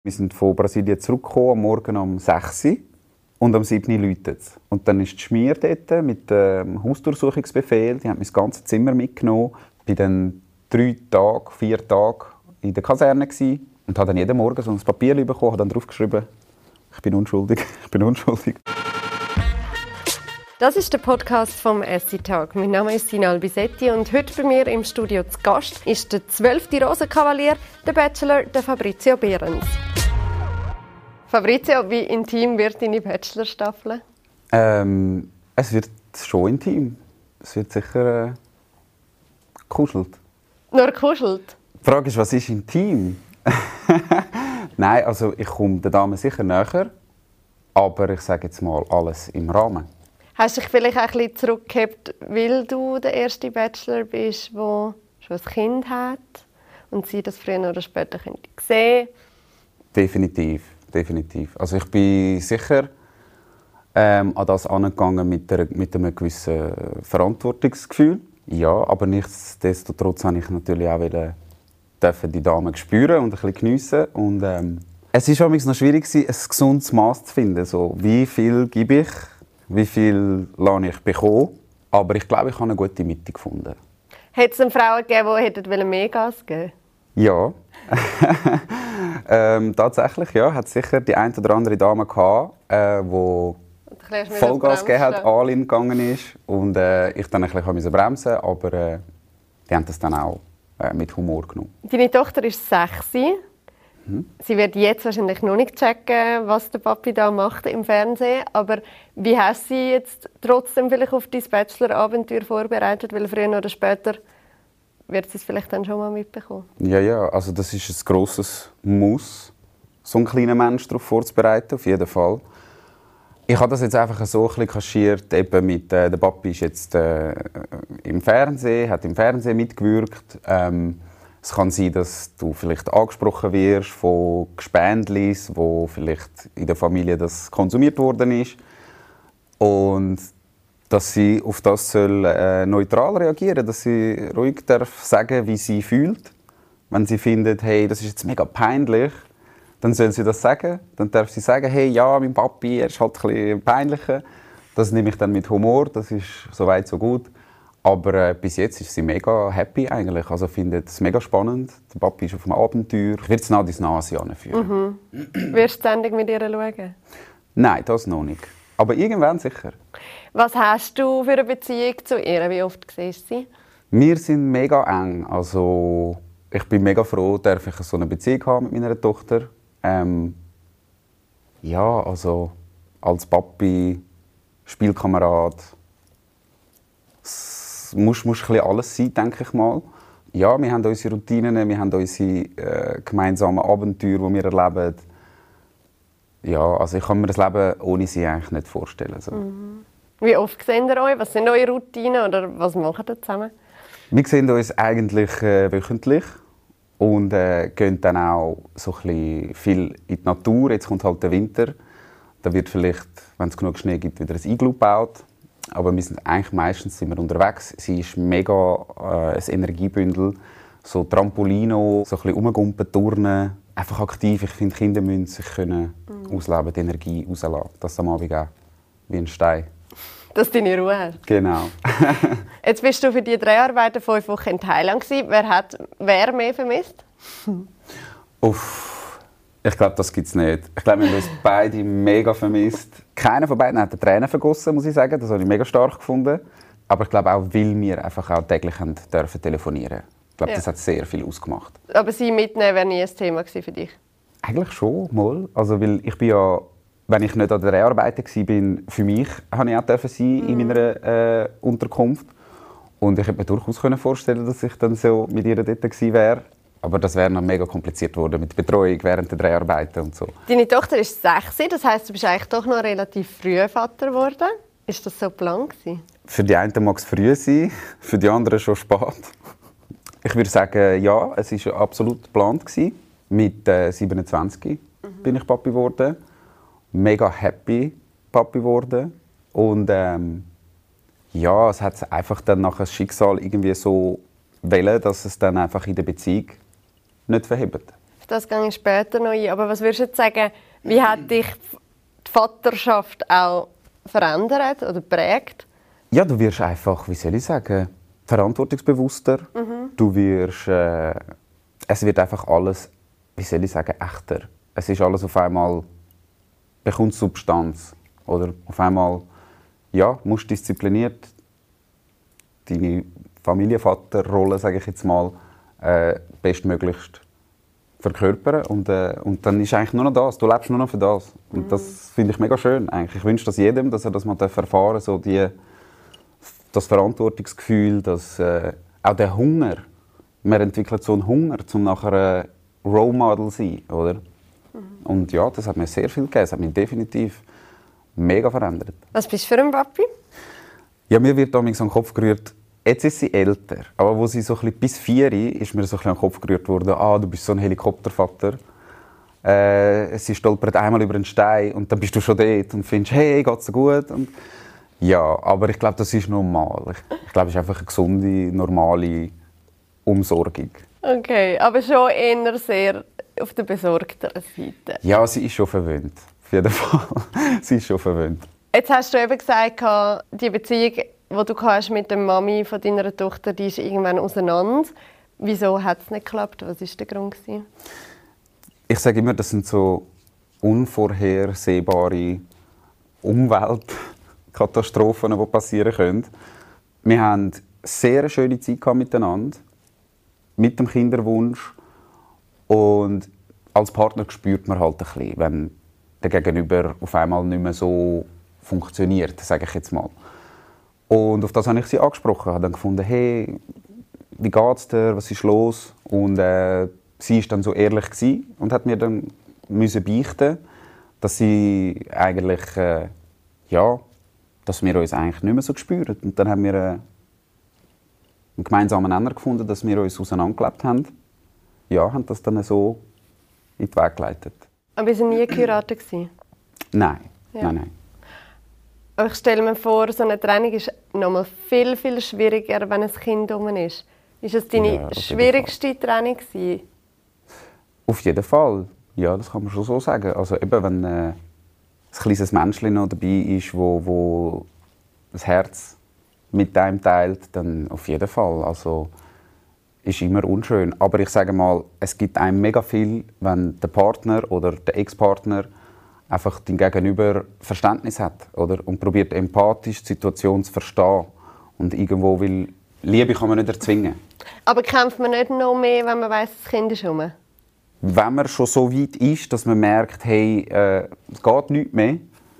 Wir sind von Brasilien zurückgekommen, am Morgen um 6 Uhr und am 7 Uhr läutet es. Und dann ist die Schmier dort mit dem Hausdurchsuchungsbefehl. Die haben mein ganzes Zimmer mitgenommen. Ich war dann 4 Tage in der Kaserne und habe dann jeden Morgen so ein Papier bekommen, habe dann draufgeschrieben, ich bin unschuldig, ich bin unschuldig. Das ist der Podcast vom SC-Tag. Mein Name ist Sina Albisetti und heute bei mir im Studio zu Gast ist der 12. Rosenkavalier, der Bachelor, der Fabrizio Behrens. Fabrizio, wie intim wird deine Bachelor-Staffel? Es wird schon intim. Es wird sicher gekuschelt. Nur gekuschelt? Die Frage ist, was ist intim? Nein, also ich komme der Dame sicher näher, aber ich sage jetzt mal alles im Rahmen. Hast du dich vielleicht auch ein bisschen zurückgehabt, weil du der erste Bachelor bist, der schon ein Kind hat und sie das früher oder später sehen könnte? Definitiv. Also ich bin sicher an das angegangen mit einem gewissen Verantwortungsgefühl. Ja, aber nichtsdestotrotz habe ich natürlich auch die Damen spüren und ein bisschen geniessen. Und es war noch schwierig, ein gesundes Maß zu finden. So, wie viel gebe ich? Wie viel lasse ich bekommen? Aber ich glaube, ich habe eine gute Mitte gefunden. Hat es Frauen gegeben, die mehr Gas geben wollten? Ja. Tatsächlich, ja. Hat sicher die eine oder andere Dame gehabt, die Vollgas gegeben hat, all in gegangen ist. Und ich dann ein bisschen bremsen musste, aber die haben das dann auch mit Humor genommen. Deine Tochter ist 6. Sie wird jetzt wahrscheinlich noch nicht checken, was der Papi da macht im Fernsehen. Aber wie hast du sie jetzt trotzdem vielleicht auf dein Bachelor-Abenteuer vorbereitet? Weil früher oder später wird sie es vielleicht dann schon mal mitbekommen. Ja, also das ist ein grosses Muss, so einen kleinen Menschen darauf vorzubereiten, auf jeden Fall. Ich habe das jetzt einfach so ein bisschen kaschiert, eben mit der Papi ist jetzt im Fernsehen, hat im Fernsehen mitgewirkt. Es kann sein, dass du vielleicht angesprochen wirst von Gespendlis, wo vielleicht in der Familie das konsumiert worden ist. Und dass sie auf das neutral reagieren soll, dass sie ruhig darf sagen, wie sie fühlt. Wenn sie findet, hey, das ist jetzt mega peinlich, dann soll sie das sagen. Dann darf sie sagen, hey, ja, mein Papi, er ist halt ein bisschen peinlicher. Das nehme ich dann mit Humor, das ist so weit, so gut. Aber bis jetzt ist sie mega happy eigentlich. Also findet es mega spannend. Der Papi ist auf einem Abenteuer. Ich werde es nach ins Nase anführen. Wirst du ständig mit ihr schauen? Nein, das noch nicht. Aber irgendwann sicher. Was hast du für eine Beziehung zu ihr? Wie oft siehst du sie? Wir sind mega eng. Also ich bin mega froh, dass ich so eine Beziehung habe mit meiner Tochter. Ja, also als Papi, Spielkamerad. Es muss ein bisschen alles sein, denke ich mal. Ja, wir haben unsere Routinen, wir haben unsere gemeinsamen Abenteuer, die wir erleben. Ja, also ich kann mir das Leben ohne sie eigentlich nicht vorstellen. So. Wie oft sehen ihr euch? Was sind eure Routinen oder was macht ihr zusammen? Wir sehen uns eigentlich wöchentlich und gehen dann auch so ein bisschen viel in die Natur. Jetzt kommt halt der Winter. Da wird vielleicht, wenn es genug Schnee gibt, wieder ein Iglu gebaut. Aber wir sind eigentlich meistens unterwegs. Sie ist mega ein Energiebündel. So Trampolino, so ein bisschen rumgumpen, turnen. Einfach aktiv. Ich finde, Kinder müssen sich ausleben, die Energie rauslassen. Das am Abend auch. Wie ein Stein. Dass du deine Ruhe hast. Genau. Jetzt bist du für die Dreharbeiten 5 Wochen in Thailand gewesen. Wer mehr vermisst? Ich glaube, das gibt es nicht. Ich glaube, wir haben uns beide mega vermisst. Keiner von beiden hat Tränen vergossen, muss ich sagen. Das habe ich mega stark gefunden. Aber ich glaube auch, weil wir einfach auch täglich dürfen telefonieren. Ich glaube, das hat sehr viel ausgemacht. Aber sie mitnehmen wäre nie ein Thema für dich? Eigentlich schon, mal. Also, weil ich bin ja, wenn ich nicht an der Dreharbeiten war, für mich habe ich auch sein in meiner Unterkunft. Und ich hätte mir durchaus vorstellen, dass ich dann so mit ihr dort gewesen wäre. Aber das wäre noch mega kompliziert geworden mit der Betreuung während der Dreharbeiten und so. Deine Tochter ist 6, das heisst, du bist eigentlich doch noch relativ früh Vater geworden. Ist das so geplant? Für die einen mag es früh sein, für die anderen schon spät. Ich würde sagen, ja, es war absolut geplant. Mit 27 bin ich Papi geworden. Mega happy Papi geworden. Und ja, es hat einfach dann nach dem Schicksal irgendwie so wollen, dass es dann einfach in der Beziehung nicht verhebt. das gehe ich später noch ein. Aber was würdest du jetzt sagen, wie hat dich die Vaterschaft auch verändert oder geprägt? Ja, du wirst einfach, wie soll ich sagen, verantwortungsbewusster. Du wirst, es wird einfach alles, wie soll ich sagen, echter. Es ist alles auf einmal, bekommt Substanz. Oder auf einmal, ja, musst diszipliniert deine Familienvaterrolle, sage ich jetzt mal, bestmöglichst verkörpern. Und dann ist eigentlich nur noch das. Du lebst nur noch für das. Und das finde ich mega schön. Eigentlich. Ich wünsche das jedem, dass er das mal erfahren darf, so das Verantwortungsgefühl, auch der Hunger. Man entwickelt so einen Hunger, um nachher ein Role Model zu sein. Oder? Und ja, das hat mir sehr viel gegeben. Das hat mich definitiv mega verändert. Was bist du für ein Papi? Ja, mir wird damals an den Kopf gerührt, jetzt ist sie älter, aber wo sie so ein bisschen bis 4 ist mir so ein bisschen an den Kopf gerührt worden, du bist so ein Helikoptervater. Sie stolpert einmal über einen Stein und dann bist du schon dort und findest, hey, geht's dir gut? Und ja, aber ich glaube, das ist normal. Ich glaube, es ist einfach eine gesunde, normale Umsorgung. Okay, aber schon eher sehr auf der besorgteren Seite. Ja, sie ist schon verwöhnt. Auf jeden Fall. Sie ist schon verwöhnt. Jetzt hast du eben gesagt, die Beziehung, die du hast mit der Mami von deiner Tochter, die ist irgendwann auseinander. Wieso hat es nicht geklappt? Was war der Grund? Ich sage immer, das sind so unvorhersehbare Umweltkatastrophen, die passieren können. Wir hatten eine sehr schöne Zeit miteinander, mit dem Kinderwunsch. Und als Partner spürt man halt ein bisschen, wenn der Gegenüber auf einmal nicht mehr so funktioniert, sage ich jetzt mal. Und auf das habe ich sie angesprochen. Ich habe dann gefunden, hey, wie geht's dir, was ist los? Und sie war dann so ehrlich und hat mir dann beichten, dass sie eigentlich, dass wir uns eigentlich nicht mehr so spüren. Und dann haben wir einen gemeinsamen Nenner gefunden, dass wir uns auseinandergelebt haben. Ja, haben das dann so in den Weg geleitet. Aber wir waren nie geheiratet? Nein, ja. nein. Aber ich stelle mir vor, so eine Trennung ist noch mal viel, viel schwieriger, wenn ein Kind herum ist. Ist es deine schwierigste Trennung gewesen? Auf jeden Fall. Ja, das kann man schon so sagen. Also eben, wenn ein kleines Menschchen noch dabei ist, wo das Herz mit einem teilt, dann auf jeden Fall. Also ist immer unschön. Aber ich sage mal, es gibt einem mega viel, wenn der Partner oder der Ex-Partner einfach dein Gegenüber Verständnis hat, oder? Und probiert empathisch die Situation zu verstehen. Und irgendwo will, Liebe kann man nicht erzwingen. Aber kämpft man nicht noch mehr, wenn man weiss, das Kind ist herum? Wenn man schon so weit ist, dass man merkt, hey, es geht nichts mehr,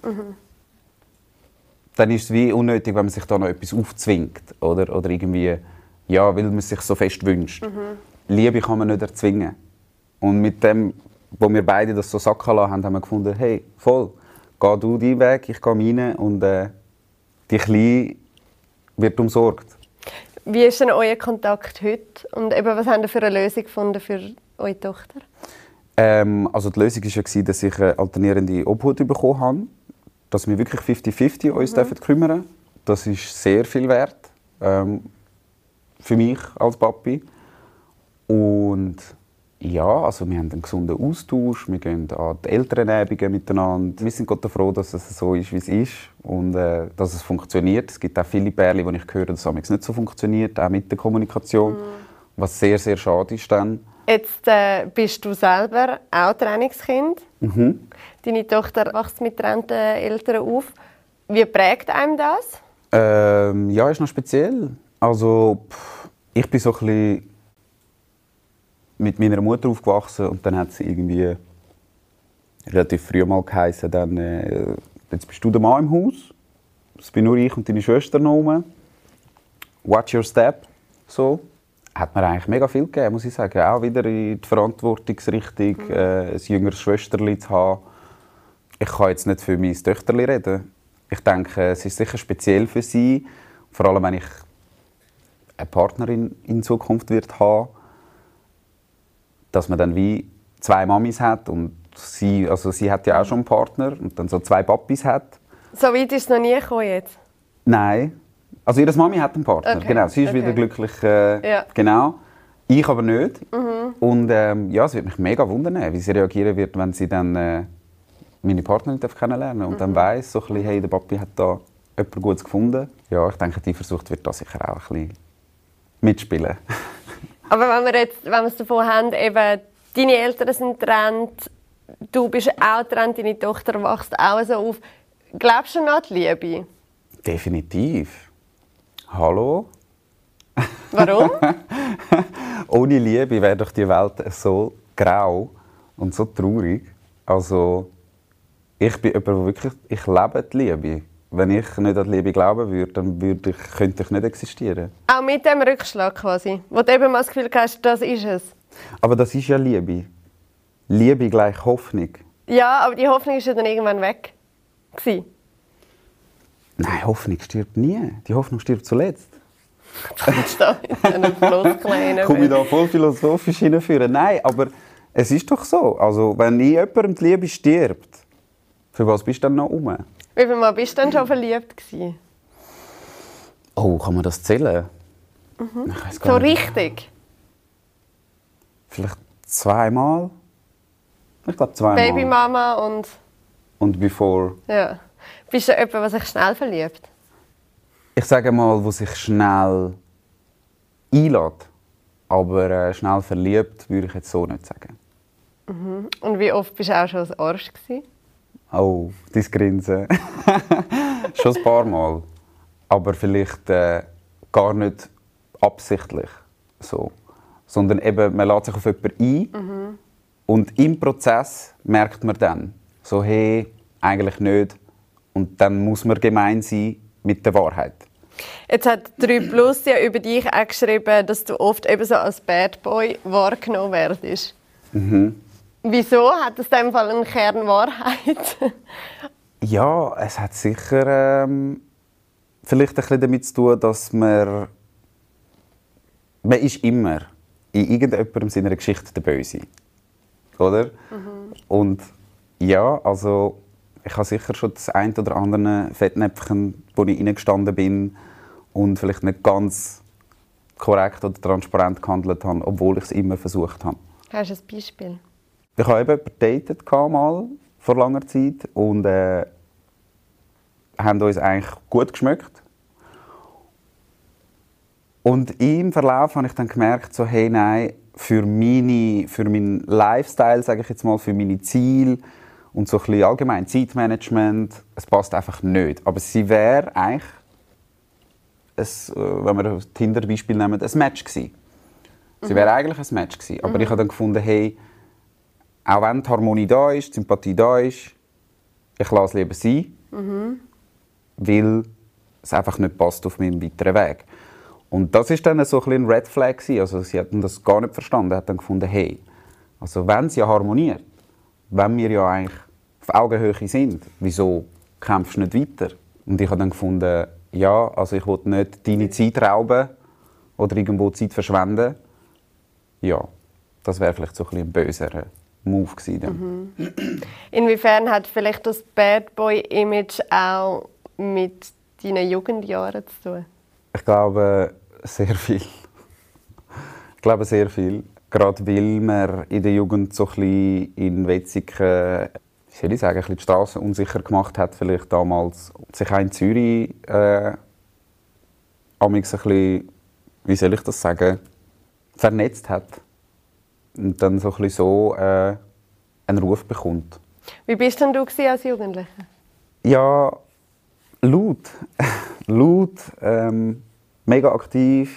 dann ist es wie unnötig, wenn man sich da noch etwas aufzwingt. Oder irgendwie, ja, weil man sich so fest wünscht. Liebe kann man nicht erzwingen. Und mit dem, wo wir beide das so sacken lassen haben, haben wir gefunden, hey, voll, geh du deinen Weg, ich gehe meinen und die Kleine wird umsorgt. Wie ist denn euer Kontakt heute? Und eben, was habt ihr für eine Lösung gefunden für eure Tochter? Also die Lösung war ja, dass ich eine alternierende Obhut bekommen habe. Dass wir wirklich 50-50 uns kümmern dürfen. Das ist sehr viel wert für mich als Papi. Und ja, also wir haben einen gesunden Austausch, wir gehen an die Elternabende miteinander. Wir sind Gott froh, dass es so ist, wie es ist und dass es funktioniert. Es gibt auch viele Pärchen, wo ich höre, dass es nicht so funktioniert, auch mit der Kommunikation, was sehr, sehr schade ist dann. Jetzt bist du selber auch Trennungskind. Deine Tochter wächst mit getrennten Eltern auf. Wie prägt einem das? Ja, ist noch speziell. Also, ich bin so ein bisschen mit meiner Mutter aufgewachsen und dann hat sie irgendwie relativ früh mal geheißen, dann jetzt bist du der Mann im Haus. Es bin nur ich und deine Schwester noch rum. Watch your step. So. Hat mir eigentlich mega viel gegeben, muss ich sagen. Auch wieder in die Verantwortungsrichtung, ein jüngeres Schwesterli zu haben. Ich kann jetzt nicht für mein Töchterli reden. Ich denke, es ist sicher speziell für sie. Vor allem, wenn ich eine Partnerin in Zukunft wird haben, dass man dann wie 2 Mamis hat und sie hat ja auch schon einen Partner und dann so 2 Papis hat. So weit ist es noch nie gekommen jetzt? Nein. Also ihre Mami hat einen Partner, okay. Genau. Sie ist wieder glücklich, ja. Genau. Ich aber nicht. Und ja, es wird mich mega wundern, wie sie reagieren wird, wenn sie dann meine Partnerin kennenlernen darf. Und dann weiss, so ein bisschen, hey, der Papi hat da jemand Gutes gefunden. Ja, ich denke, die Versucht wird da sicher auch ein bisschen mitspielen. Aber wenn wir es davon haben, eben, deine Eltern sind getrennt, du bist auch getrennt, deine Tochter wächst auch so auf. Glaubst du noch an die Liebe? Definitiv. Hallo? Warum? Ohne Liebe wäre doch die Welt so grau und so traurig. Also, ich bin jemand, der wirklich, ich lebe die Liebe. Wenn ich nicht an die Liebe glauben würde, dann könnte ich nicht existieren. Auch mit dem Rückschlag quasi, wo du eben mal das Gefühl hast, das ist es. Aber das ist ja Liebe. Liebe gleich Hoffnung. Ja, aber die Hoffnung ist ja dann irgendwann weg. Nein, Hoffnung stirbt nie. Die Hoffnung stirbt zuletzt. Kommst du da mit einem Floskeln? Komme ich da voll philosophisch hinführen? Nein, aber es ist doch so. Also, wenn jemandem die Liebe stirbt, für was bist du dann noch rum? Wie viel Mal bist du dann schon verliebt gewesen? Oh, kann man das zählen? Ich weiss gar So nicht. richtig? Vielleicht 2 Mal? Ich glaube 2 Mal. Babymama Und before? Ja. Bist du jemand, der sich schnell verliebt? Ich sage mal, wo sich schnell einlädt. Aber schnell verliebt würde ich jetzt so nicht sagen. Und wie oft bist du auch schon ein Arsch gewesen? Oh, dein Grinsen. Schon ein paar Mal. Aber vielleicht gar nicht absichtlich so. Sondern eben, man lässt sich auf jemanden ein. Und im Prozess merkt man dann, so, hey, eigentlich nicht. Und dann muss man gemein sein mit der Wahrheit. Jetzt hat 3+ ja über dich auch geschrieben, dass du oft eben so als Bad Boy wahrgenommen werdest. Wieso? Hat das in diesem Fall einen Kern Wahrheit? Ja, es hat sicher vielleicht ein bisschen damit zu tun, dass man ist immer in irgendjemandem seiner Geschichte der Böse. Oder? Und ja, also ich habe sicher schon das ein oder andere Fettnäpfchen, wo ich reingestanden bin und vielleicht nicht ganz korrekt oder transparent gehandelt habe, obwohl ich es immer versucht habe. Hast du ein Beispiel? Ich habe eben gedatet mal vor langer Zeit und haben uns eigentlich gut geschmeckt. Und im Verlauf habe ich dann gemerkt, so, hey, nein, für meinen Lifestyle, sage ich jetzt mal, für meine Ziele und so ein bisschen allgemein Zeitmanagement, es passt einfach nicht. Aber sie wäre eigentlich, wenn wir das Tinder-Beispiel nehmen, ein Match gewesen. Sie wäre eigentlich ein Match gewesen. Aber ich habe dann gefunden, hey, auch wenn die Harmonie da ist, die Sympathie da ist, ich lasse es lieber sein, weil es einfach nicht passt auf meinem weiteren Weg. Und das war dann so ein Red Flag gewesen. Also sie hatten das gar nicht verstanden. Sie hat dann gefunden, hey, also wenn es ja harmoniert, wenn wir ja eigentlich auf Augenhöhe sind, wieso kämpfst du nicht weiter? Und ich habe dann gefunden, ja, also ich will nicht deine Zeit rauben oder irgendwo Zeit verschwenden. Ja, das wäre vielleicht so ein böserer Move gewesen. Inwiefern hat vielleicht das Bad Boy-Image auch mit deinen Jugendjahren zu tun? Ich glaube, sehr viel. Ich glaube, sehr viel. Gerade weil man in der Jugend so ein bisschen in Wetzikon, wie soll ich sagen, ein bisschen die Strassen unsicher gemacht hat, vielleicht damals. Sich auch in Zürich amigs ein bisschen, wie soll ich das sagen, vernetzt hat. Und dann so ein bisschen so einen Ruf bekommt. Wie bist denn du als Jugendlicher? Ja, laut. Laut, mega aktiv,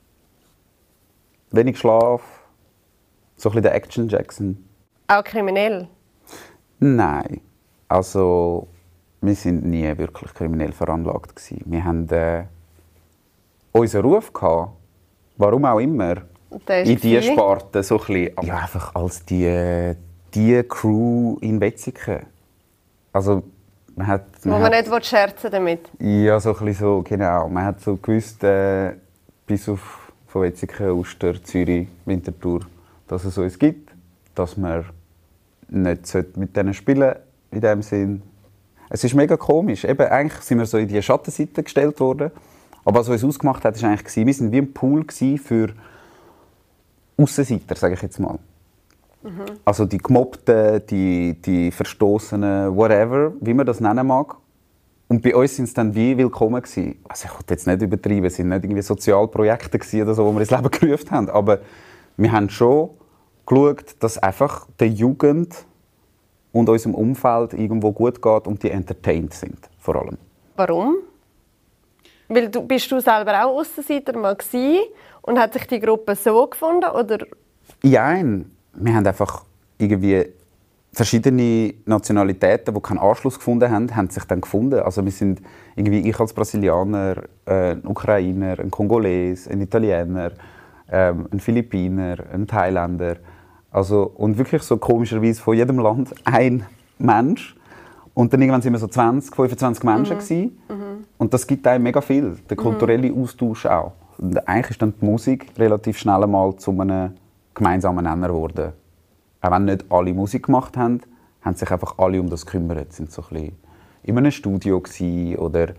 wenig Schlaf, so ein bisschen der Action Jackson. Auch kriminell? Nein, also wir sind nie wirklich kriminell veranlagt gewesen. Wir hatten unseren Ruf gehabt, warum auch immer, in dieser Sparte so ein bisschen, ja, einfach als die Crew in Wetzikon. Also wo man nicht scherzen damit. Ja, so ein bisschen so, genau. Man hat so gewusst, bis auf von Wetzikon, Uster, Zürich, Winterthur, dass es uns gibt, dass man nicht mit denen spielen in dem Sinn. Es ist mega komisch. Eben, eigentlich sind wir so in die Schattenseite gestellt worden. Aber was uns ausgemacht hat, war eigentlich, wir waren wie ein Pool für Aussenseiter, sage ich jetzt mal. Also die Gemobbten, die Verstoßenen, whatever, wie man das nennen mag. Und bei uns sind es dann wie willkommen gewesen. Also ich will jetzt nicht übertreiben, es sind nicht irgendwie Sozialprojekte oder so, die wir ins Leben gerufen haben, aber wir haben schon geschaut, dass einfach der Jugend und unserem Umfeld irgendwo gut geht und die entertained sind, vor allem. Warum? Weil bist du selber auch Aussenseiter mal gewesen und hat sich die Gruppe so gefunden, oder? Nein, wir haben einfach irgendwie verschiedene Nationalitäten, die keinen Anschluss gefunden haben, haben sich dann gefunden. Also wir sind irgendwie, ich als Brasilianer, ein Ukrainer, ein Kongoles, ein Italiener, ein Philippiner, ein Thailänder. Also, und wirklich so komischerweise von jedem Land ein Mensch. Und dann irgendwann waren wir so 20, 25 Menschen gewesen. Und das gibt einem mega viel, der kulturelle Austausch auch. Und eigentlich ist dann die Musik relativ schnell einmal zu einem gemeinsamen Nenner geworden. Auch wenn nicht alle Musik gemacht haben, haben sich einfach alle um das gekümmert. Sie waren so ein bisschen in einem Studio oder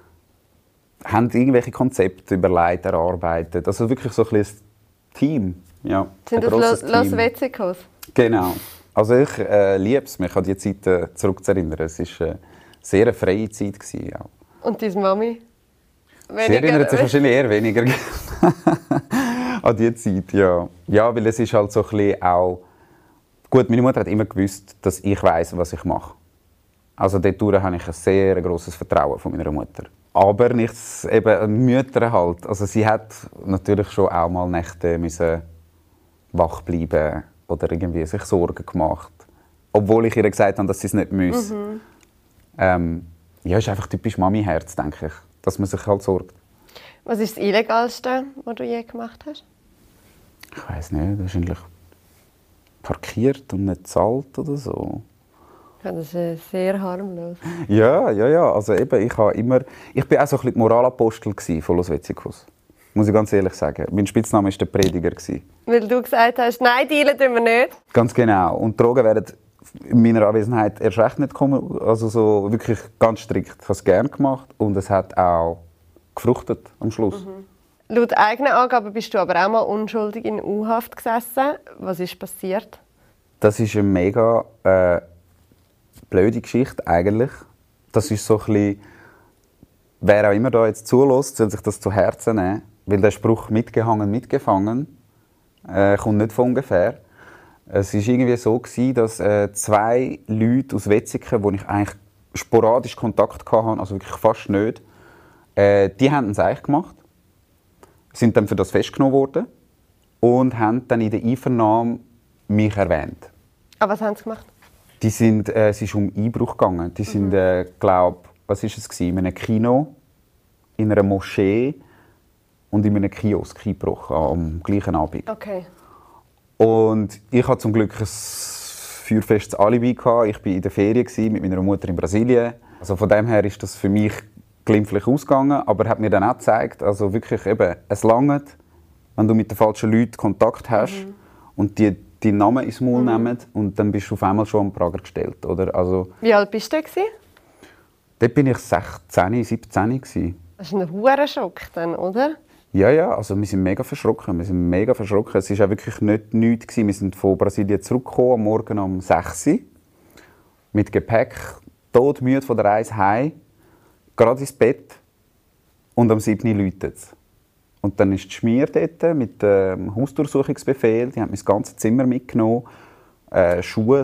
haben irgendwelche Konzepte überlegt, erarbeitet. Also wirklich so ein bisschen ein Team. Ja, sind das Los Vetzicos? Genau. Also ich liebe es, mich an diese Zeit zurückzuerinnern. Es war eine sehr freie Zeit. Ja. Und deine Mami? Sie erinnert sich wahrscheinlich eher weniger an diese Zeit, ja. Ja, weil es ist halt so ein bisschen auch... Gut, meine Mutter hat immer gewusst, dass ich weiss, was ich mache. Also dort habe ich ein sehr grosses Vertrauen von meiner Mutter. Aber nichts, eben Mütter halt. Also sie hat natürlich schon auch mal Nächte müssen wach bleiben oder irgendwie sich Sorgen gemacht. Obwohl ich ihr gesagt habe, dass sie es nicht muss. Ja, ist einfach typisch Mami-Herz, denke ich. Dass man sich halt sorgt. Was ist das Illegalste, was du je gemacht hast? Ich weiss nicht, wahrscheinlich parkiert und nicht zahlt oder so. Ja, das ist sehr harmlos. Ja. Also eben, ich bin auch so ein bisschen die Moralapostel von Los Vetzicos. Muss ich ganz ehrlich sagen. Mein Spitzname war der Prediger. Weil du gesagt hast, nein, dealen tun wir nicht. Ganz genau. Und Drogen werden in meiner Anwesenheit erst recht nicht kommen. Also so wirklich ganz strikt. Ich habe es gerne gemacht und es hat auch gefruchtet am Schluss. Laut eigenen Angaben bist du aber auch mal unschuldig in U-Haft gesessen. Was ist passiert? Das ist eine mega blöde Geschichte eigentlich. Das ist so ein bisschen, wer auch immer da jetzt zulässt, soll sich das zu Herzen nehmen. Weil der Spruch «mitgehangen, mitgefangen» kommt nicht von ungefähr. Es war irgendwie so, dass 2 Leute aus Wetzikon, wo ich eigentlich sporadisch Kontakt hatte, also wirklich fast nicht, die haben es eigentlich gemacht, sind dann für das festgenommen worden und haben dann in der Einvernahme mich erwähnt. Aber was haben sie gemacht? Es ist um Einbruch gegangen. Die sind, glaube was ist es in einem Kino, in einer Moschee und in einem Kiosk eingebrochen am gleichen Abend. Okay. Und ich hatte zum Glück ein feuerfestes Alibi. Ich war in der Ferien mit meiner Mutter in Brasilien. Also von dem her ist das für mich glimpflich ausgegangen, aber hat mir dann auch gezeigt, also wirklich eben, es langt, wenn du mit den falschen Leuten Kontakt hast und die deinen Namen ins Maul nehmen und dann bist du auf einmal schon am Prager gestellt. Oder? Also, wie alt bist du da? Dort war ich 16, 17 gewesen. Das ist ein hoher Schock dann, oder? Ja, also wir sind mega verschrocken. Es war auch wirklich nichts gewesen. Wir sind von Brasilien zurückgekommen, am Morgen um 6 Uhr. Mit Gepäck, todmüde von der Reise heim, gerade ins Bett und am 7 Uhr läutet es. Und dann ist die Schmier dort mit dem Hausdurchsuchungsbefehl. Die haben mein ganzes Zimmer mitgenommen. Schuhe,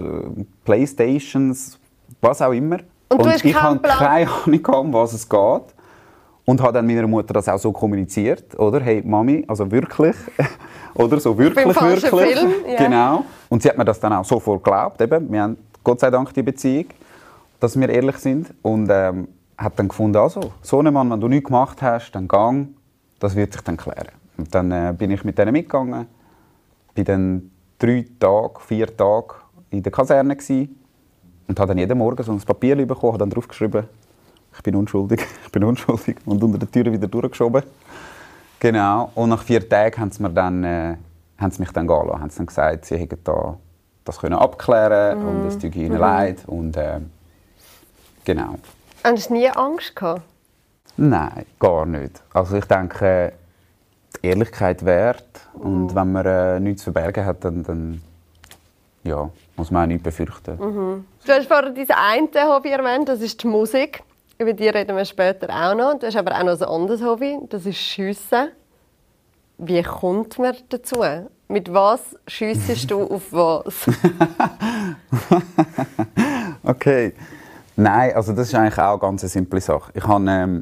Playstations, was auch immer. Und ich hatte keine Ahnung, um was es geht. Und habe dann meiner Mutter das auch so kommuniziert, oder? Hey, Mami, also wirklich, oder so wirklich. Film, ja. Genau. Und sie hat mir das dann auch sofort geglaubt. Eben. Wir haben Gott sei Dank die Beziehung, dass wir ehrlich sind. Und hat dann gefunden, also, so ein Mann, wenn du nichts gemacht hast, dann gang, das wird sich dann klären. Und dann bin ich mit denen mitgegangen, bin dann 4 Tage in der Kaserne gewesen, und habe dann jeden Morgen so ein Papier bekommen, habe dann drauf geschrieben, ich bin unschuldig und unter der Tür wieder durchgeschoben. Genau. Und nach 4 Tagen haben sie mich dann gehen lassen. Haben sie dann gesagt, sie hätten das abklären und es tut ihnen leid. Und, genau. Hast du nie Angst gehabt? Nein, gar nicht. Also ich denke, die Ehrlichkeit wert. Und wenn man nichts zu verbergen hat, dann ja, muss man auch nichts befürchten. Du hast vorhin dieses eine Hobby erwähnt, das ist die Musik. Über die reden wir später auch noch. Du hast aber auch noch ein anderes Hobby, das ist Schiessen. Wie kommt man dazu? Mit was schiessest du auf was? Okay. Nein, also das ist eigentlich auch eine ganz simple Sache. Ich habe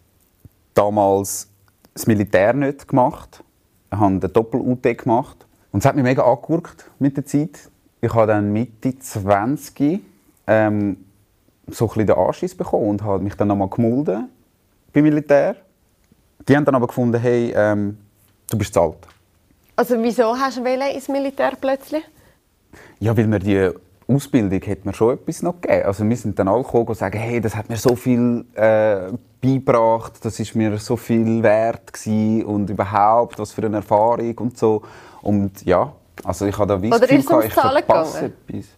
damals das Militär nicht gemacht. Ich habe den Doppel-UT gemacht. Und es hat mich mega angeguckt mit der Zeit. Ich habe dann Mitte 20 so ein bisschen den Anschiss bekommen und habe mich dann nochmal gemolden beim Militär. Die haben dann aber gefunden, hey, du bist zu alt. Also wieso hast du ins Militär plötzlich? Ja, weil mir die Ausbildung hat mir schon etwas noch gegeben. Also wir sind dann alle gekommen und sagen, hey, das hat mir so viel beigebracht, das ist mir so viel wert gewesen und überhaupt, was für eine Erfahrung und so. Und ja, also ich habe da Oder ist es ums Zahlen gegangen? Etwas.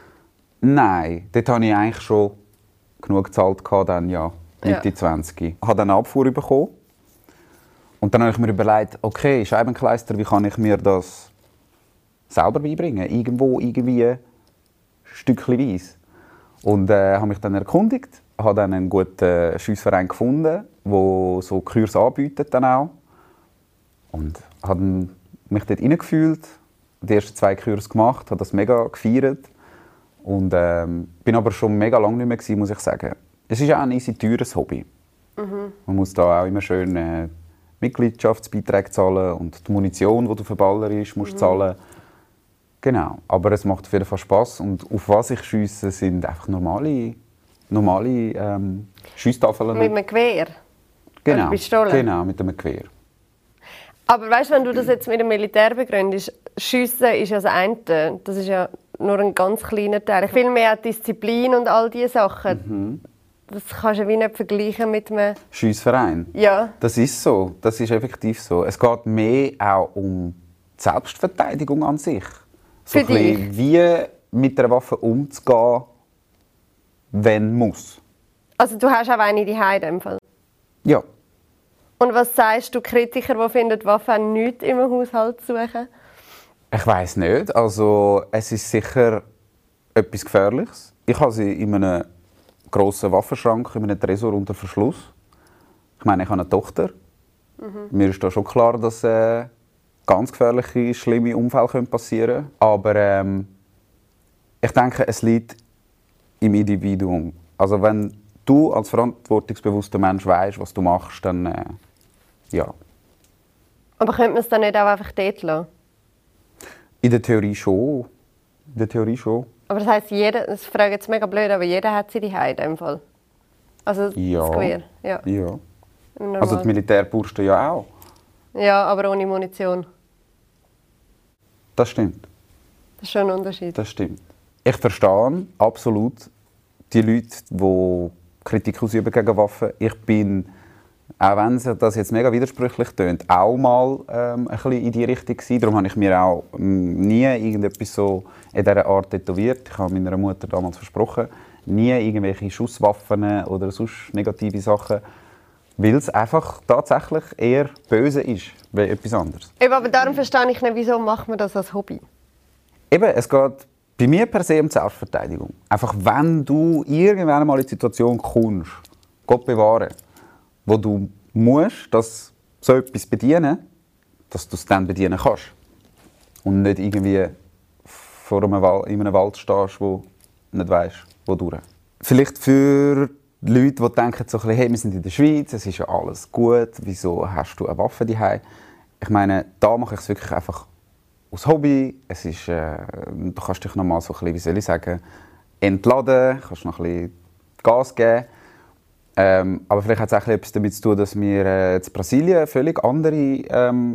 Nein, dort hatte ich eigentlich schon genug gezahlt, dann, ja, Mitte 20. Ich habe dann eine Abfuhr bekommen. Und dann habe ich mir überlegt, okay, Scheibenkleister, wie kann ich mir das selber beibringen? Irgendwo, irgendwie, stückchenweise. Und habe mich dann erkundigt, habe dann einen guten Schiessverein gefunden, der so Kurse anbietet dann auch. Und habe mich dort reingefühlt, die ersten 2 Kurse gemacht, habe das mega gefeiert. Und bin aber schon mega lange nicht mehr gewesen, muss ich sagen. Es ist auch ein easy teures Hobby. Man muss da auch immer schön Mitgliedschaftsbeiträge zahlen und die Munition, die du verballerst, musst du zahlen. Genau, aber es macht auf jeden Fall Spass. Und auf was ich schiesse, sind einfach normale Schiesstafeln. Mit einem Gewehr? Genau, oder Pistole? Genau, mit einem Gewehr. Aber weißt, wenn du das jetzt mit dem Militär begründest, Schiessen ist ja das eine. Das ist ja nur ein ganz kleiner Teil. Viel mehr Disziplin und all diese Sachen. Das kannst du wie nicht vergleichen mit einem Schiessverein? Ja. Das ist so. Das ist effektiv so. Es geht mehr auch um die Selbstverteidigung an sich. So Für dich? Wie mit einer Waffe umzugehen, wenn muss. Also du hast auch eine daheim in dem Fall? Ja. Und was sagst du Kritiker, die finden, Waffen haben nichts im Haushalt zu suchen? Ich weiss nicht. Also, es ist sicher etwas Gefährliches. Ich habe sie in einem grossen Waffenschrank, in einem Tresor unter Verschluss. Ich meine, ich habe eine Tochter. Mir ist da schon klar, dass ganz gefährliche, schlimme Unfälle passieren können. Aber ich denke, es liegt im Individuum. Also wenn du als verantwortungsbewusster Mensch weißt, was du machst, dann ja. Aber könnte man es dann nicht auch einfach dort lassen? In der Theorie schon. Aber das heisst, jeder, das frage jetzt mega blöd, aber jeder hat sie daheim in dem Fall? Also Ja. das Gewehr? Ja. Ja. Also die Militärbursten ja auch. Ja, aber ohne Munition. Das stimmt. Das ist schon ein Unterschied. Das stimmt. Ich verstehe absolut die Leute, die Kritik ausüben gegen Waffen. Ich bin, auch wenn das jetzt mega widersprüchlich tönt, auch mal ein bisschen in die Richtung gewesen. Darum habe ich mir auch nie irgendetwas so in dieser Art tätowiert. Ich habe meiner Mutter damals versprochen, nie irgendwelche Schusswaffen oder sonst negative Sachen, weil es einfach tatsächlich eher böse ist, wie etwas anderes. Eben, aber darum verstehe ich nicht, wieso macht man das als Hobby? Eben, es geht bei mir per se um die Selbstverteidigung. Einfach, wenn du irgendwann mal in die Situation kommst, Gott bewahre, wo du musst, dass so etwas bedienen, dass du es dann bedienen kannst. Und nicht irgendwie vor in einem Wald stehst, wo du nicht weisst, wo durch. Vielleicht für Leute, die denken, so ein bisschen, hey, wir sind in der Schweiz, es ist ja alles gut, wieso hast du eine Waffe daheim? Ich meine, da mache ich es wirklich einfach aus Hobby. Es ist, du kannst dich noch mal so ein bisschen, wie soll ich sagen, entladen, kannst noch ein bisschen Gas geben. Aber vielleicht hat es auch etwas damit zu tun, dass wir in Brasilien völlig andere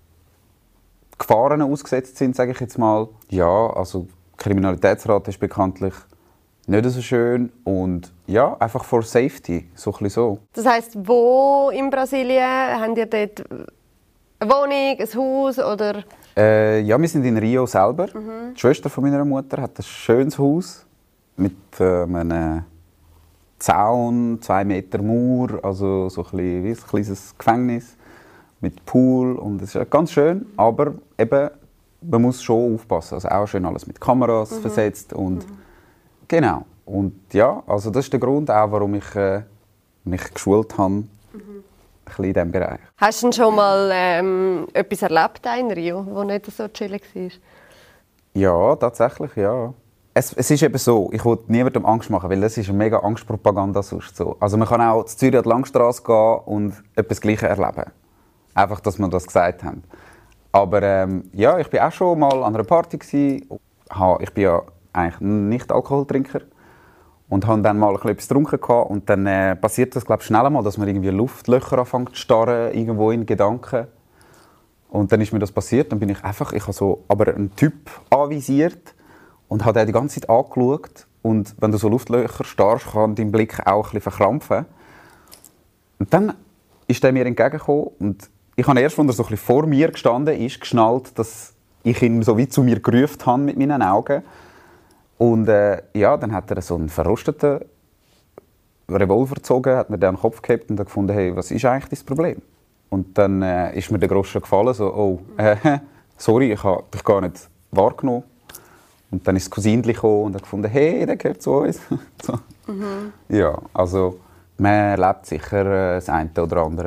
Gefahren ausgesetzt sind, sage ich jetzt mal. Ja, also die Kriminalitätsrate ist bekanntlich nicht so schön und ja, einfach for safety, so ein bisschen so. Das heisst, wo in Brasilien? Habt ihr dort eine Wohnung, ein Haus oder? Ja, wir sind in Rio selber. Die Schwester von meiner Mutter hat ein schönes Haus mit einem Zaun, 2 Meter Mauer, also so ein kleines Gefängnis, mit Pool und es ist ganz schön, aber eben, man muss schon aufpassen. Also auch schön alles mit Kameras versetzt und genau. Und ja, also das ist der Grund auch, warum ich mich geschult habe, ein bisschen in diesem Bereich. Hast du denn schon mal etwas erlebt in Rio, das nicht so chillig war? Ja, tatsächlich, ja. Es ist eben so, ich will niemandem Angst machen, weil das ist eine mega Angstpropaganda sonst so. Also man kann auch zu Zürich an die Langstrasse gehen und etwas Gleiches erleben. Einfach, dass wir das gesagt haben. Aber ja, ich war auch schon mal an einer Party gewesen. Ich bin ja eigentlich nicht Alkoholtrinker und habe dann mal etwas getrunken gehabt. Und dann passiert das, glaube ich, schnell mal, dass man irgendwie Luftlöcher anfängt zu starren, irgendwo in Gedanken. Und dann ist mir das passiert. Dann bin ich einfach, ich habe so aber einen Typ anvisiert und habe den die ganze Zeit angeschaut. Und wenn du so Luftlöcher starrst, kann dein Blick auch ein bisschen verkrampfen. Und dann ist der mir entgegengekommen und ich habe erst, als er so ein bisschen vor mir gestanden ist, geschnallt, dass ich ihn so wie zu mir gerufen habe mit meinen Augen. Und ja, dann hat er so einen verrosteten Revolver gezogen, hat mir den an den Kopf gehabt und hat gefunden, hey, was ist eigentlich das Problem? Und dann ist mir der Groschen gefallen, so, oh, sorry, ich habe dich gar nicht wahrgenommen. Und dann ist das Cousinchen gekommen und hat gefunden, hey, der gehört zu uns. So. Ja, also man erlebt sicher das eine oder andere,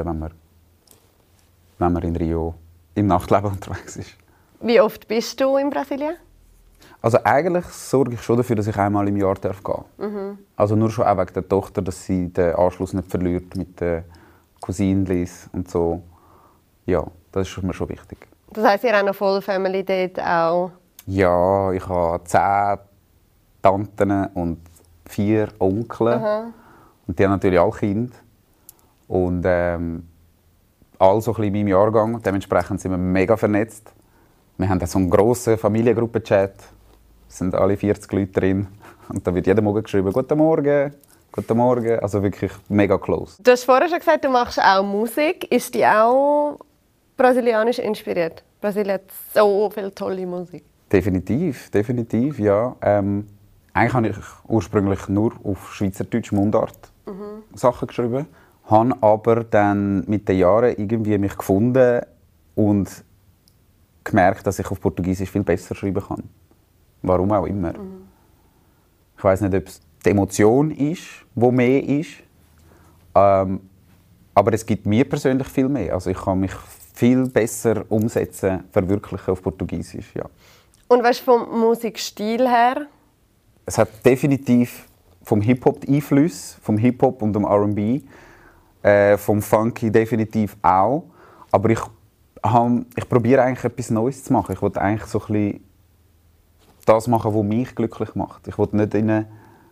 wenn man in Rio im Nachtleben unterwegs ist. Wie oft bist du in Brasilien? Also eigentlich sorge ich schon dafür, dass ich einmal im Jahr gehen darf. Also nur schon auch wegen der Tochter, dass sie den Anschluss nicht verliert mit den Cousinlis und so. Ja, das ist mir schon wichtig. Das heisst, ihr habt noch voll Family dort auch? Ja, ich habe 10 Tanten und 4 Onkel. Und die haben natürlich alle Kinder. Und alle so ein bisschen in meinem Jahrgang. Dementsprechend sind wir mega vernetzt. Wir haben so einen grossen Familiengruppen-Chat. Es sind alle 40 Leute drin. Und da wird jeden Morgen geschrieben, «Guten Morgen, guten Morgen». Also wirklich mega close. Du hast vorher schon gesagt, du machst auch Musik. Ist die auch brasilianisch inspiriert? Brasilien hat so viel tolle Musik. Definitiv, definitiv, ja. Eigentlich habe ich ursprünglich nur auf Schweizerdeutsch Mundart Sachen geschrieben. Habe aber dann mit den Jahren irgendwie mich gefunden und gemerkt, dass ich auf Portugiesisch viel besser schreiben kann. Warum auch immer. Ich weiss nicht, ob es die Emotion ist, die mehr ist. Aber es gibt mir persönlich viel mehr. Also ich kann mich viel besser umsetzen, verwirklichen auf Portugiesisch, ja. Und was vom Musikstil her? Es hat definitiv vom Hip-Hop Einflüsse, vom Hip-Hop und dem R&B, vom Funky definitiv auch. Aber ich probiere eigentlich etwas Neues zu machen. Ich will eigentlich so ein bisschen das machen, was mich glücklich macht. Ich will nicht in ein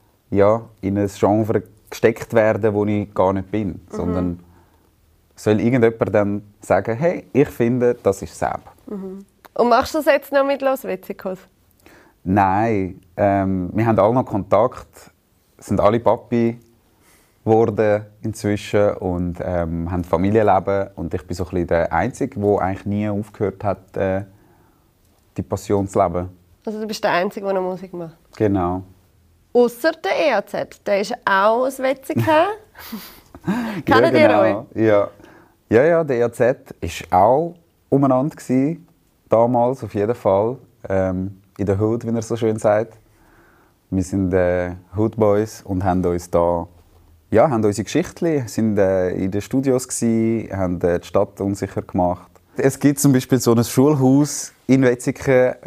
Genre gesteckt werden, wo ich gar nicht bin, sondern soll irgendjemand dann sagen, hey, ich finde, das ist Säb. Und machst du das jetzt noch mit Los Vetsicos? Nein, wir haben alle noch Kontakt, sind alle Papi geworden inzwischen und haben Familienleben und ich bin so ein bisschen der Einzige, der eigentlich nie aufgehört hat, die Passion zu leben. Also du bist der Einzige, der noch Musik macht? Genau. Ausser der EAZ, der ist auch aus Wetzikon. Kennt ihr euch? Ja, der EAZ war auch umeinander gewesen, damals auf jeden Fall. In der Hood, wie er so schön sagt. Wir sind Hood Boys und haben uns da, ja, haben unsere Geschichten, sind in den Studios gsi, haben die Stadt unsicher gemacht. Es gibt zum Beispiel so ein Schulhaus in Wetzikon,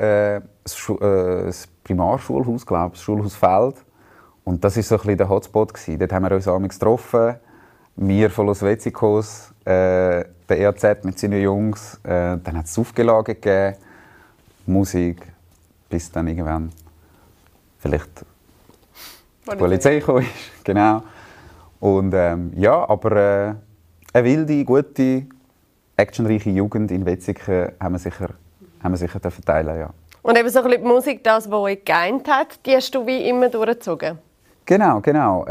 das Primarschulhaus, glaube ich, das Schulhaus Feld. Und das war so ein bisschen der Hotspot gewesen. Dort haben wir uns amigs getroffen. Wir von Los Vetsicos, der EAZ mit seinen Jungs. Dann hat es Aufgelage gegeben, Musik, bis dann irgendwann vielleicht die Polizei gekommen ist. Genau. Und ja, aber eine wilde, gute, actionreiche Jugend in Wetzikon haben wir sicher teilen, ja. Und eben so ein bisschen die Musik, das, was euch geeint hat, die hast du wie immer durchgezogen? Genau.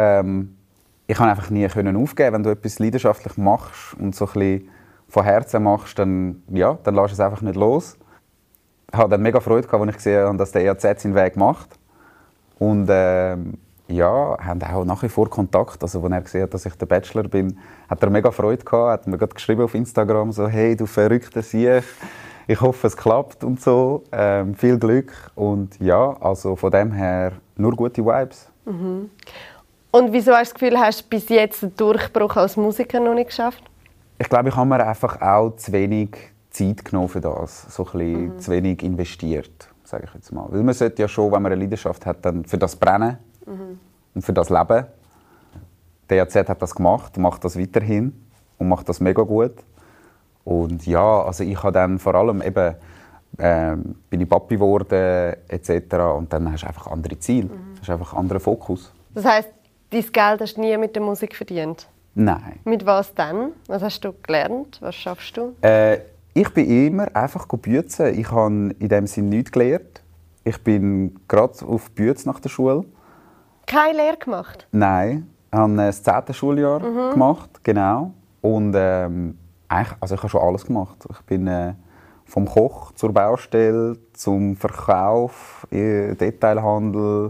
Ich konnte einfach nie aufgeben, wenn du etwas leidenschaftlich machst und so ein bisschen von Herzen machst, dann lässt du es einfach nicht los. Ich hatte dann mega Freude, als ich gesehen habe, dass der EAZ seinen Weg macht. Und ja, haben auch nach wie vor Kontakt. Also, als er gesehen hat, dass ich der Bachelor bin, hat er mega Freude gehabt. Hat mir gerade geschrieben auf Instagram so: «Hey, du verrückter Sieg. Ich hoffe, es klappt» und so. Viel Glück. Und ja, also von dem her nur gute Vibes. Mhm. Und wieso hast du das Gefühl, hast du bis jetzt den Durchbruch als Musiker noch nicht geschafft? Ich glaube, ich habe mir einfach auch zu wenig Zeit genommen für das. So ein bisschen zu wenig investiert, sage ich jetzt mal. Weil man sollte ja schon, wenn man eine Leidenschaft hat, dann für das brennen und für das leben. Der DAZ hat das gemacht, macht das weiterhin und macht das mega gut. Und ja, also ich habe dann vor allem eben, bin ich Papi geworden etc. Und dann hast du einfach andere Ziele, hast einfach einen anderen Fokus. Das heisst, dein Geld hast du nie mit der Musik verdient? Nein. Mit was dann? Was hast du gelernt? Was schaffst du? Ich bin immer einfach bützen. Ich habe in dem Sinne nichts gelernt. Ich bin gerade auf Büz nach der Schule. Keine Lehre gemacht? Nein, ich habe das 10. Schuljahr gemacht, genau. Und also ich habe schon alles gemacht. Ich bin vom Koch zur Baustelle, zum Verkauf, Detailhandel,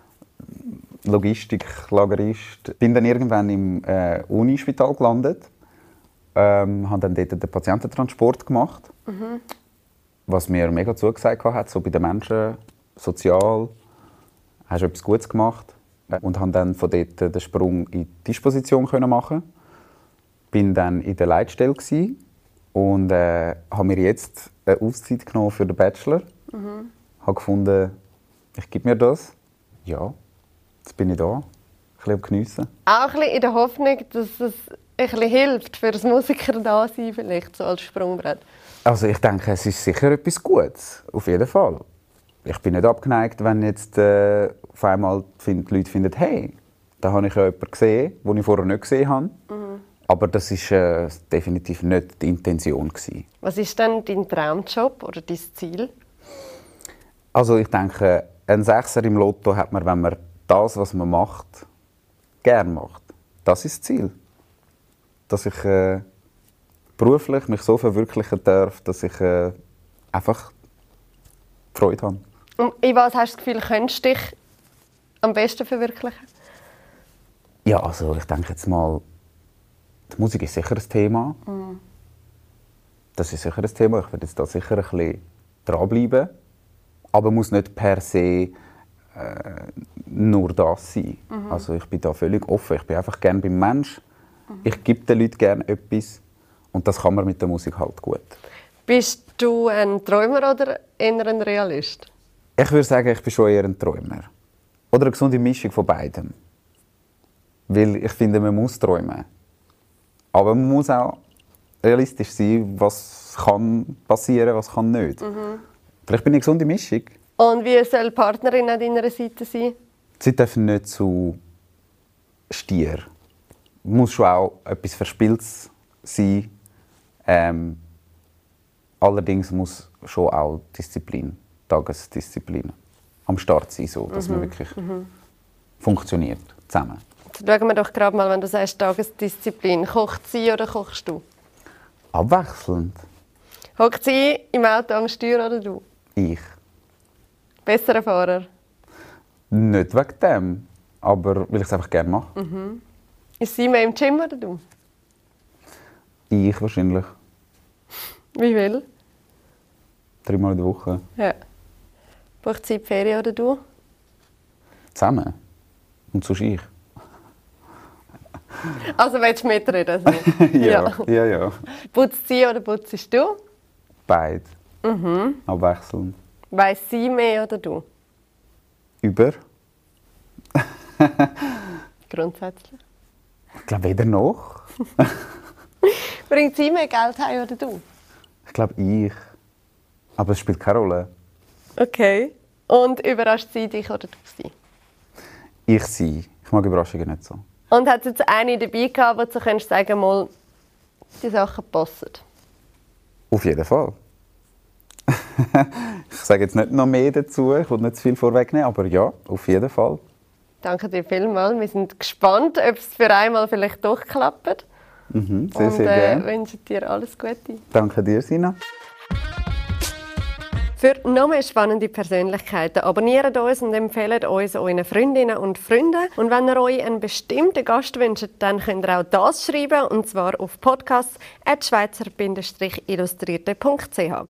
Logistik, Lagerist. Bin dann irgendwann im Unispital gelandet. Habe dann dort den Patiententransport gemacht. Was mir mega zugesagt hat, so bei den Menschen, sozial, hast du etwas Gutes gemacht. Und habe dann von dort den Sprung in die Disposition machen. Bin dann in der Leitstelle und habe mir jetzt eine Auszeit genommen für den Bachelor. Habe gefunden, ich gebe mir das. Ja, jetzt bin ich da, ein bisschen am Geniessen. Auch ein bisschen in der Hoffnung, dass es ein bisschen hilft, für das Musiker da sein, vielleicht so als Sprungbrett. Also ich denke, es ist sicher etwas Gutes, auf jeden Fall. Ich bin nicht abgeneigt, wenn jetzt auf einmal die Leute finden, hey, da habe ich ja jemanden gesehen, den ich vorher nicht gesehen habe. Aber das war definitiv nicht die Intention. Was ist denn dein Traumjob oder dein Ziel? Also ich denke, ein Sechser im Lotto hat man, wenn man das, was man macht, gerne macht. Das ist das Ziel. Dass ich beruflich mich so verwirklichen darf, dass ich einfach Freude habe. Und in was hast du das Gefühl, könntest du dich am besten verwirklichen? Ja, also ich denke jetzt mal, die Musik ist sicher ein Thema. Das ist sicher ein Thema. Ich werde jetzt da sicher ein bisschen dranbleiben. Aber muss nicht per se nur das sein. Also ich bin da völlig offen. Ich bin einfach gerne beim Mensch. Ich gebe den Leuten gerne etwas. Und das kann man mit der Musik halt gut. Bist du ein Träumer oder eher ein Realist? Ich würde sagen, ich bin schon eher ein Träumer. Oder eine gesunde Mischung von beidem. Weil ich finde, man muss träumen. Aber man muss auch realistisch sein, was kann passieren, was kann nicht. Vielleicht bin ich eine gesunde Mischung. Und wie soll die Partnerin an deiner Seite sein? Sie dürfen nicht zu stier. Es muss schon auch etwas Verspieltes sein. Allerdings muss schon auch Disziplin, Tagesdisziplin am Start sein, so, dass man wirklich funktioniert zusammen. Jetzt schauen wir doch gerade mal, wenn du sagst Tagesdisziplin. Kocht sie oder kochst du? Abwechselnd. Hockt sie im Auto am Steuer oder du? Ich. Besserer Fahrer? Nicht wegen dem, aber weil ich es einfach gerne mache. Ist sie mehr im Gym oder du? Ich wahrscheinlich. Wie viel? 3-mal in der Woche. Ja. Braucht sie die Ferien oder du? Zusammen. Und sonst ich. Also willst du mitreden? Also? Ja. Putzt sie oder putzt du? Beide. Abwechselnd. Weiss sie mehr oder du? Über? Grundsätzlich. Ich glaube weder noch. Bringt sie mehr Geld heim oder du? Ich glaube ich. Aber es spielt keine Rolle. Okay. Und überrascht sie dich oder du sie? Ich sie. Ich mag Überraschungen nicht so. Und hat es jetzt eine dabei gehabt, wo du sagen kannst, mal, die Sachen passen? Auf jeden Fall. Ich sage jetzt nicht noch mehr dazu, ich will nicht zu viel vorwegnehmen, aber ja, auf jeden Fall. Danke dir vielmals. Wir sind gespannt, ob es für einmal vielleicht doch klappt. Sehr gerne. Wünschen dir alles Gute. Danke dir, Sina. Für noch mehr spannende Persönlichkeiten abonniert uns und empfehlt uns euren Freundinnen und Freunden. Und wenn ihr euch einen bestimmten Gast wünscht, dann könnt ihr auch das schreiben, und zwar auf podcast@schweizer-illustrierte.ch.